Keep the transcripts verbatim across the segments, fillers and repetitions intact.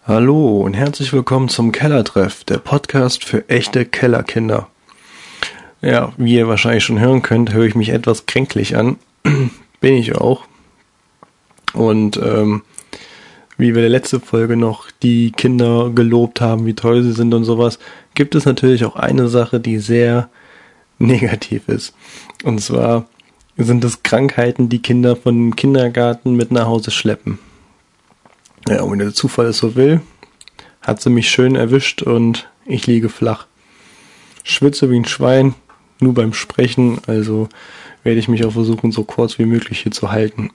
Hallo und herzlich willkommen zum Kellertreff, der Podcast für echte Kellerkinder. Ja, wie ihr wahrscheinlich schon hören könnt, höre ich mich etwas kränklich an. Bin ich auch. Und ähm, wie wir in der letzten Folge noch die Kinder gelobt haben, wie toll sie sind und sowas, gibt es natürlich auch eine Sache, die sehr negativ ist. Und zwar sind es Krankheiten, die Kinder von Kindergarten mit nach Hause schleppen. Ja, und wenn der Zufall es so will, hat sie mich schön erwischt und ich liege flach. Schwitze wie ein Schwein, nur beim Sprechen, also werde ich mich auch versuchen, so kurz wie möglich hier zu halten.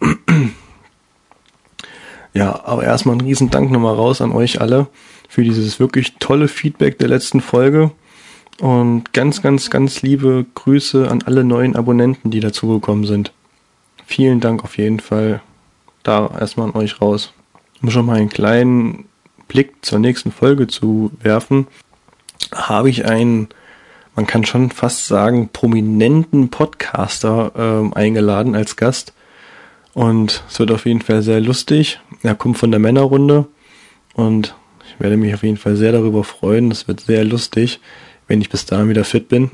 Ja, aber erstmal einen riesen Dank nochmal raus an euch alle für dieses wirklich tolle Feedback der letzten Folge und ganz, ganz, ganz liebe Grüße an alle neuen Abonnenten, die dazugekommen sind. Vielen Dank auf jeden Fall da erstmal an euch raus. Um schon mal einen kleinen Blick zur nächsten Folge zu werfen, habe ich einen, man kann schon fast sagen, prominenten Podcaster ähm, eingeladen als Gast. Und es wird auf jeden Fall sehr lustig. Er kommt von der Männerrunde und ich werde mich auf jeden Fall sehr darüber freuen. Es wird sehr lustig, wenn ich bis dahin wieder fit bin.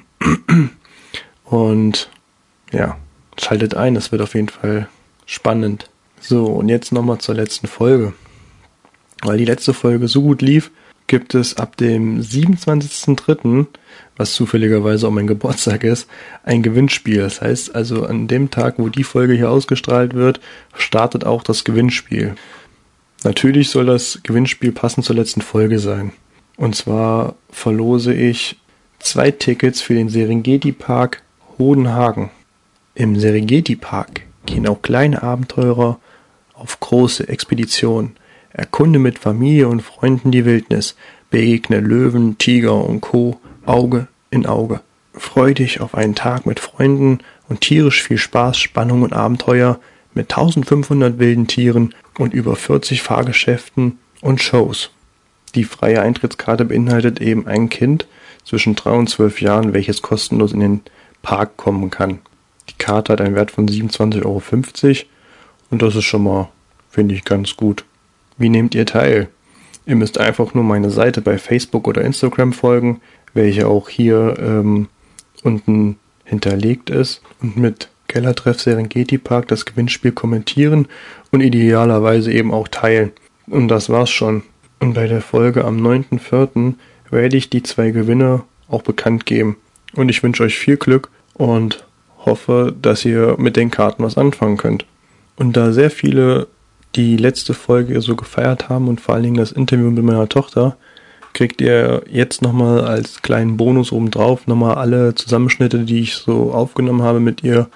Und ja, schaltet ein, es wird auf jeden Fall spannend. So, und jetzt nochmal zur letzten Folge. Weil die letzte Folge so gut lief, gibt es ab dem siebenundzwanzigsten dritten, was zufälligerweise auch mein Geburtstag ist, ein Gewinnspiel. Das heißt also, an dem Tag, wo die Folge hier ausgestrahlt wird, startet auch das Gewinnspiel. Natürlich soll das Gewinnspiel passend zur letzten Folge sein. Und zwar verlose ich zwei Tickets für den Serengeti-Park Hodenhagen. Im Serengeti-Park gehen auch kleine Abenteurer auf große Expeditionen. Erkunde mit Familie und Freunden die Wildnis. Begegne Löwen, Tiger und Co. Auge in Auge. Freu dich auf einen Tag mit Freunden und tierisch viel Spaß, Spannung und Abenteuer mit eintausendfünfhundert wilden Tieren und über vierzig Fahrgeschäften und Shows. Die freie Eintrittskarte beinhaltet eben ein Kind zwischen drei und zwölf Jahren, welches kostenlos in den Park kommen kann. Die Karte hat einen Wert von siebenundzwanzig Euro fünfzig und das ist schon mal, finde ich, ganz gut. Wie nehmt ihr teil? Ihr müsst einfach nur meine Seite bei Facebook oder Instagram folgen, welche auch hier ähm, unten hinterlegt ist, und mit Kellertreff Serengeti Park das Gewinnspiel kommentieren und idealerweise eben auch teilen. Und das war's schon. Und bei der Folge am neunten vierten werde ich die zwei Gewinner auch bekannt geben. Und ich wünsche euch viel Glück und hoffe, dass ihr mit den Karten was anfangen könnt. Und da sehr viele die letzte Folge so gefeiert haben und vor allen Dingen das Interview mit meiner Tochter, kriegt ihr jetzt nochmal als kleinen Bonus obendrauf nochmal alle Zusammenschnitte, die ich so aufgenommen habe mit ihr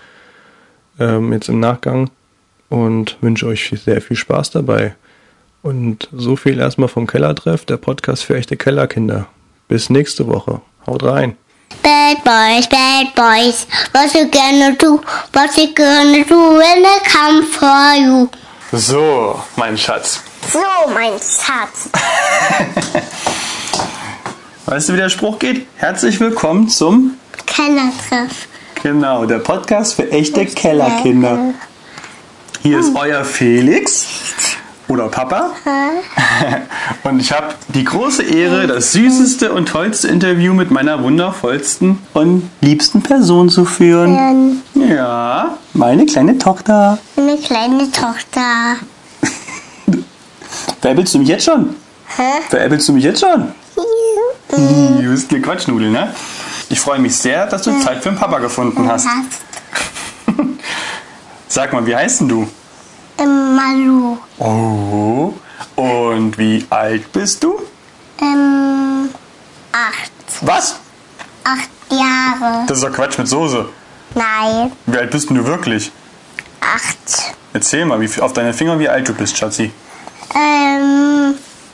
ähm, jetzt im Nachgang, und wünsche euch sehr viel Spaß dabei. Und so viel erstmal vom Kellertreff, der Podcast für echte Kellerkinder. Bis nächste Woche. Haut rein. Bad boys, bad boys, what you gonna do, what you gonna do when I come for you? So, mein Schatz. So, mein Schatz. Weißt du, wie der Spruch geht? Herzlich willkommen zum Kellertreff. Genau, der Podcast für echte Kellerkinder. Hier ist euer Felix oder Papa. Und ich habe die große Ehre, das süßeste und tollste Interview mit meiner wundervollsten und liebsten Person zu führen. Ja, meine kleine Tochter. Meine kleine Tochter. Veräppelst du mich jetzt schon? Hä? Veräppelst du mich jetzt schon? Du bist eine Quatschnudel, ne? Ich freue mich sehr, dass du Zeit für den Papa gefunden hast. Sag mal, wie heißt denn du? Ähm, Malu. Oh, und wie alt bist du? Ähm, acht. Was? Acht Jahre. Das ist doch Quatsch mit Soße. Nein, Wie alt bist denn du wirklich? acht. Erzähl mal, wie viel, auf deine Finger, wie alt du bist, Schatzi. Ähm,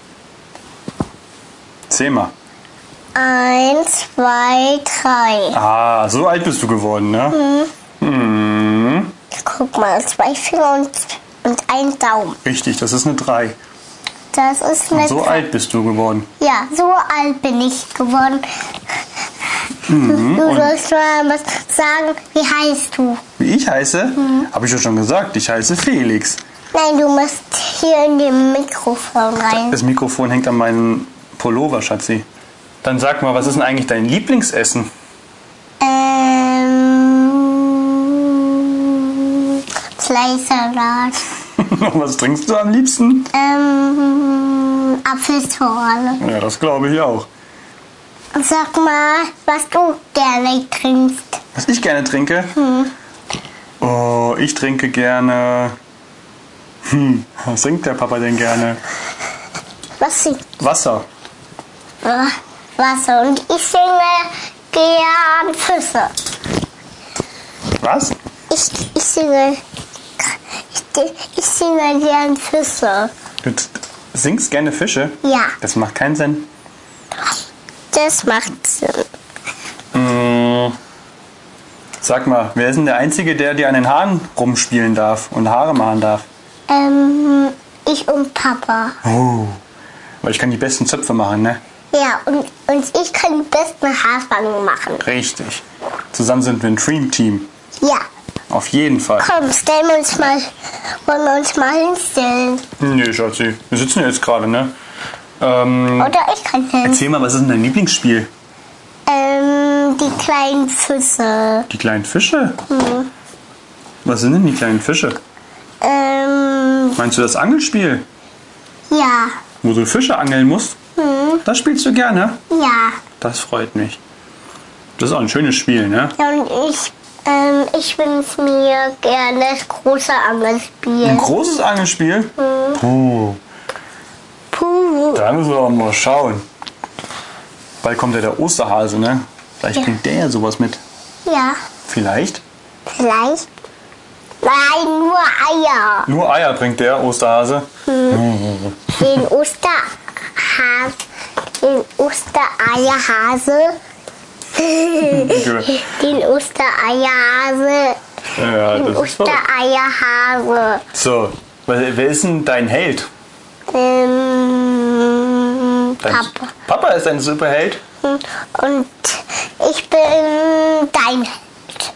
Erzähl mal. eins, zwei, drei. Ah, so alt bist du geworden, ne? Mhm. Mhm. Guck mal, zwei Finger und, und ein Daumen. Richtig, das ist eine drei. Das ist eine So alt bist du geworden. Ja, so alt bin ich geworden. Mhm. Du Und sollst mal was sagen. Wie heißt du? wie ich heiße, Mhm. habe ich ja schon gesagt, ich heiße Felix. Nein, du musst hier in den Mikrofon rein. Das Mikrofon hängt an meinem Pullover, Schatzi. Dann sag mal, was ist denn eigentlich dein Lieblingsessen? Ähm, Fleischsalat. Was trinkst du am liebsten? Ähm, Apfelschorle. Ja, das glaube ich auch. Sag mal, was du gerne trinkst. Was ich gerne trinke? Hm. Oh, ich trinke gerne... Hm, was trinkt der Papa denn gerne? Was singt? Wasser. Wasser. Und ich singe gern Füße. Was? Ich, ich singe... Ich, ich singe gern Füße. Du singst gerne Fische? Ja. Das macht keinen Sinn. Das macht Sinn. Mmh. Sag mal, wer ist denn der Einzige, der dir an den Haaren rumspielen darf und Haare machen darf? Ähm, ich und Papa. Oh, weil ich kann die besten Zöpfe machen, ne? Ja, und, und ich kann die besten Haarfangen machen. Richtig. Zusammen sind wir ein Dream-Team. Ja. Auf jeden Fall. Komm, stellen wir uns mal, wollen wir uns mal hinstellen. Nee, Schatzi, wir sitzen ja jetzt gerade, ne? Ähm, Oder ich kann hin. erzähl mal, was ist denn dein Lieblingsspiel? Ähm, die kleinen Füße. Die kleinen Fische? Hm. Was sind denn die kleinen Fische? Ähm, Meinst du das Angelspiel, ja. wo du Fische angeln musst? Hm. Das spielst du gerne? Ja. Das freut mich. Das ist auch ein schönes Spiel, ne? Ja, und ich, ähm, ich wünsche mir gerne das große Angelspiel. Ein großes Angelspiel? Hm. Puh. Puh. Da müssen wir auch mal schauen. Bald kommt ja der Osterhase, ne? Vielleicht Ja. bringt der ja sowas mit. Ja, Vielleicht? vielleicht. Nein, nur Eier. Nur Eier bringt der Osterhase. Den Osterhase. Den Ostereierhase. Den Ostereierhase. Ja, Den das ist verrückt. Ostereierhase. So, wer wer ist denn dein Held? Ähm, Dein Papa. Papa ist ein Superheld? Und ich bin dein Held.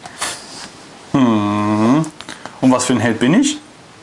Hm. Und was für ein Held bin ich?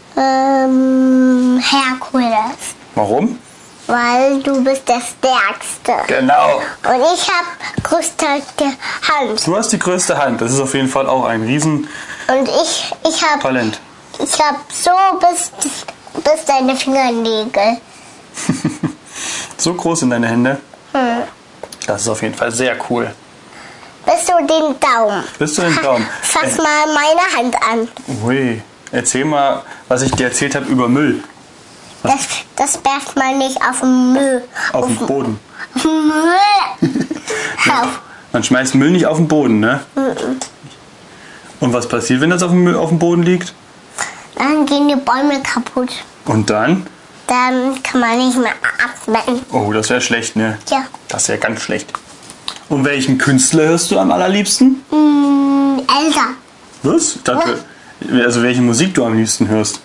Ähm, Herkules. Warum? Weil du bist der Stärkste. Genau. Und ich habe größte Hand. Du hast die größte Hand. Das ist auf jeden Fall auch ein Riesentalent. Und ich, ich habe ich hab so bis, bis deine Fingernägel. So groß sind deine Hände. Hm. Das ist auf jeden Fall sehr cool. Bis zu den Daumen. Bis zu den Daumen. Fass Äh, mal meine Hand an. Ui, erzähl mal, was ich dir erzählt habe über Müll. Das, das werft man nicht auf den Müll. Auf den Boden. Auf den Müll. Auf. Man schmeißt Müll nicht auf den Boden, ne? Und was passiert, wenn das auf dem, Müll, auf dem Boden liegt? Dann gehen die Bäume kaputt. Und dann? Dann kann man nicht mehr atmen. Oh, das wäre schlecht, ne? Ja. Das wäre ganz schlecht. Und welchen Künstler hörst du am allerliebsten? Mm, Elsa. Was? Ich dachte, also welche Musik du am liebsten hörst?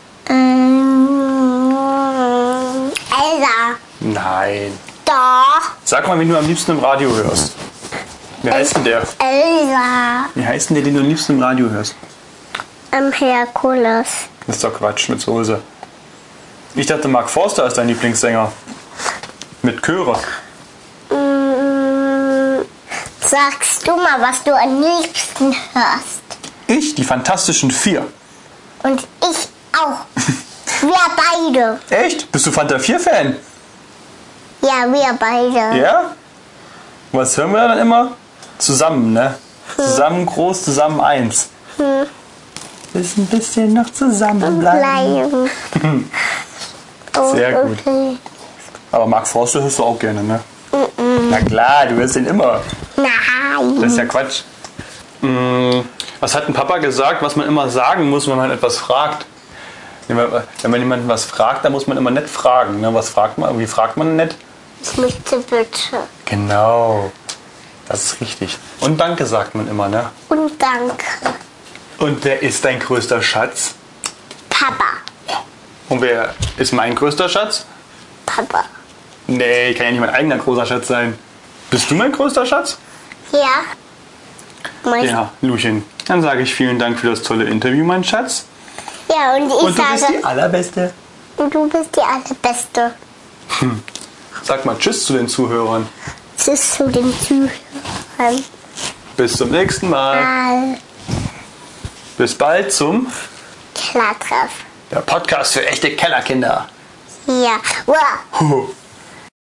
Ähm, Elsa. Nein. Doch. Sag mal, wen du am liebsten im Radio hörst. Wie heißt denn der? Elsa. Wie heißt denn der, den du am liebsten im Radio hörst? Am Herkules. Das ist doch Quatsch mit Soße. Ich dachte, Mark Forster ist dein Lieblingssänger. Mit Chöre. Mm, sagst du mal, was du am liebsten hörst? Ich, die Fantastischen Vier. Und ich auch. Wir beide. Echt? Bist du Fanta vier Fan? Ja, wir beide. Ja? Was hören wir dann immer? Zusammen, ne? Zusammen groß, zusammen eins. Hm. Ist ein bisschen noch zusammenbleiben. Bleiben. Sehr Oh, gut. okay. Aber Mark Forster hörst du auch gerne, ne? Na klar, du hörst den immer. Nein. Das ist ja Quatsch. Hm, was hat ein Papa gesagt, was man immer sagen muss, wenn man etwas fragt? Wenn man, wenn man jemanden was fragt, dann muss man immer nett fragen. Ne? Was fragt man? Wie fragt man nett? Ich möchte bitte. Genau. Das ist richtig. Und Danke sagt man immer, ne? Und danke. Und wer ist dein größter Schatz? Papa. Und wer ist mein größter Schatz? Papa. Nee, kann ja nicht mein eigener großer Schatz sein. Bist du mein größter Schatz? Ja. Mein Ja, Luchen. Dann sage ich vielen Dank für das tolle Interview, mein Schatz. Ja, und ich Und du sage... bist die Allerbeste. Und du bist die Allerbeste. Hm. Sag mal Tschüss zu den Zuhörern. Tschüss zu den Zuhörern. Bis zum nächsten Mal. Mal. Bis bald zum Kellertreff. der Podcast für echte Kellerkinder. Ja. Wow. Huhu.